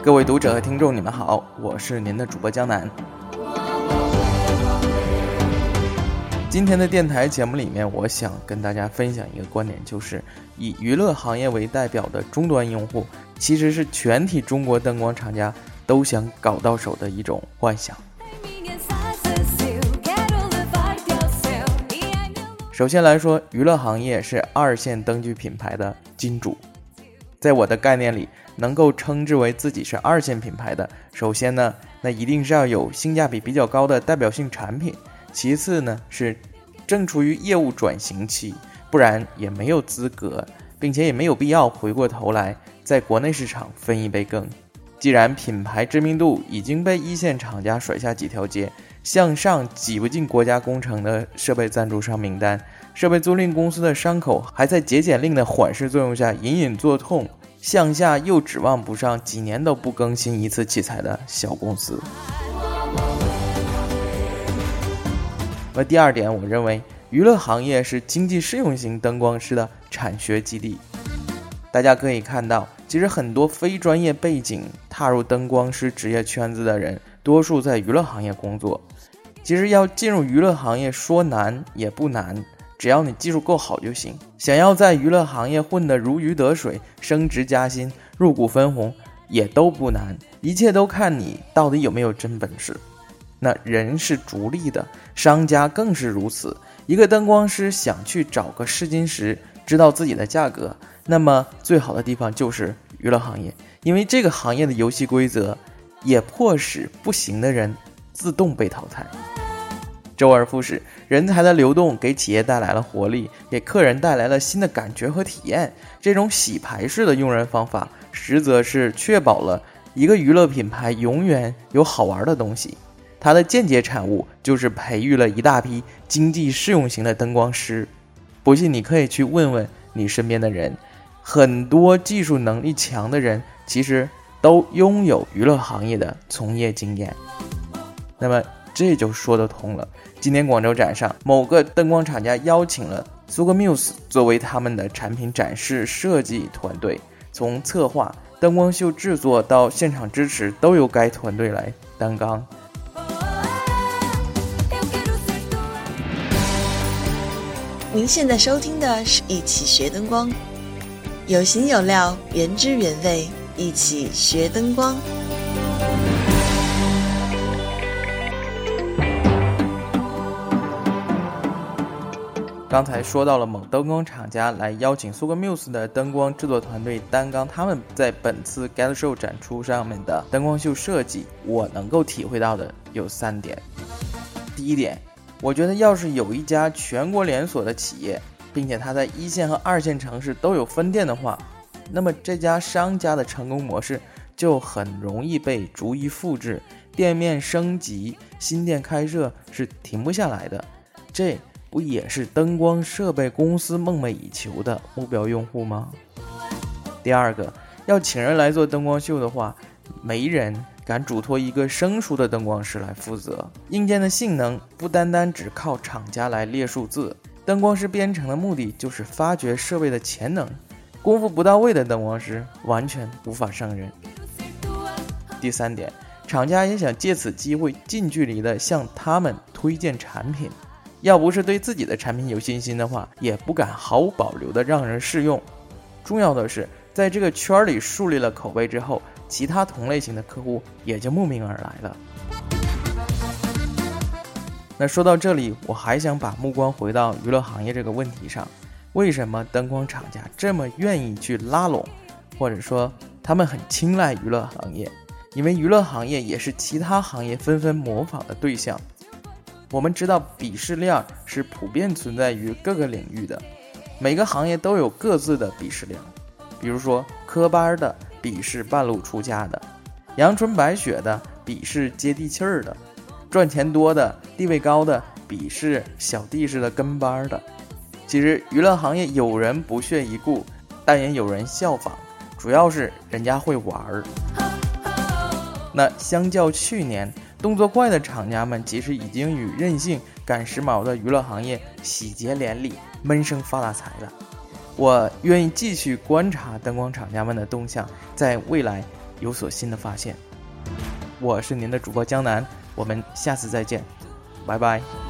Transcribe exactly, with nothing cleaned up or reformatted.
各位读者和听众，你们好，我是您的主播江南。今天的电台节目里面，我想跟大家分享一个观点，就是以娱乐行业为代表的终端用户，其实是全体中国灯光厂家都想搞到手的一种幻想。首先来说，娱乐行业是二线灯具品牌的金主。在我的概念里，能够称之为自己是二线品牌的，首先呢，那一定是要有性价比比较高的代表性产品，其次呢是正处于业务转型期，不然也没有资格，并且也没有必要回过头来在国内市场分一杯羹。既然品牌知名度已经被一线厂家甩下几条街，向上挤不进国家工程的设备赞助商名单，设备租赁公司的伤口还在节俭令的缓释作用下隐隐作痛，向下又指望不上几年都不更新一次器材的小公司。而第二点，我认为娱乐行业是经济适用型灯光师的产学基地。大家可以看到，其实很多非专业背景踏入灯光师职业圈子的人，多数在娱乐行业工作。其实要进入娱乐行业说难也不难，只要你技术够好就行。想要在娱乐行业混得如鱼得水，升职加薪，入股分红也都不难，一切都看你到底有没有真本事。那人是逐利的，商家更是如此。一个灯光师想去找个试金石，知道自己的价格，那么最好的地方就是娱乐行业，因为这个行业的游戏规则也迫使不行的人自动被淘汰。周而复始，人才的流动给企业带来了活力，给客人带来了新的感觉和体验。这种洗牌式的用人方法，实则是确保了一个娱乐品牌永远有好玩的东西。它的间接产物就是培育了一大批经济适用型的灯光师。不信你可以去问问你身边的人，很多技术能力强的人其实都拥有娱乐行业的从业经验。那么这就说得通了。今年广州展上，某个灯光厂家邀请了苏格 Muse 作为他们的产品展示设计团队，从策划、灯光秀制作到现场支持都由该团队来担纲。 您现在收听的是一起学灯光，有形有料，原汁原味，一起学灯光。 刚才说到了某灯光厂家来邀请苏格 Muse 的灯光制作团队担纲他们在本次 Get Show 展出上面的灯光秀设计，我能够体会到的有三点。第一点，我觉得要是有一家全国连锁的企业，并且它在一线和二线城市都有分店的话，那么这家商家的成功模式就很容易被逐一复制，店面升级、新店开设是停不下来的。这不也是灯光设备公司梦寐以求的目标用户吗？第二个，要请人来做灯光秀的话，没人敢嘱托一个生疏的灯光师来负责。硬件的性能不单单只靠厂家来列数字，灯光师编程的目的就是发掘设备的潜能，功夫不到位的灯光师完全无法胜任。第三点，厂家也想借此机会近距离的向他们推荐产品，要不是对自己的产品有信心的话，也不敢毫无保留的让人试用。重要的是，在这个圈里树立了口碑之后，其他同类型的客户也就慕名而来了。那说到这里，我还想把目光回到娱乐行业这个问题上，为什么灯光厂家这么愿意去拉拢，或者说他们很青睐娱乐行业？因为娱乐行业也是其他行业纷纷模仿的对象。我们知道鄙视链是普遍存在于各个领域的，每个行业都有各自的鄙视链。比如说科班的鄙视半路出家的，阳春白雪的鄙视接地气儿的，赚钱多的地位高的鄙视小弟式的跟班的。其实娱乐行业有人不屑一顾，但也有人效仿，主要是人家会玩儿。那相较去年，动作快的厂家们其实已经与任性赶时髦的娱乐行业喜结连理，闷声发大财了。我愿意继续观察灯光厂家们的动向，在未来有所新的发现。我是您的主播江南，我们下次再见，拜拜。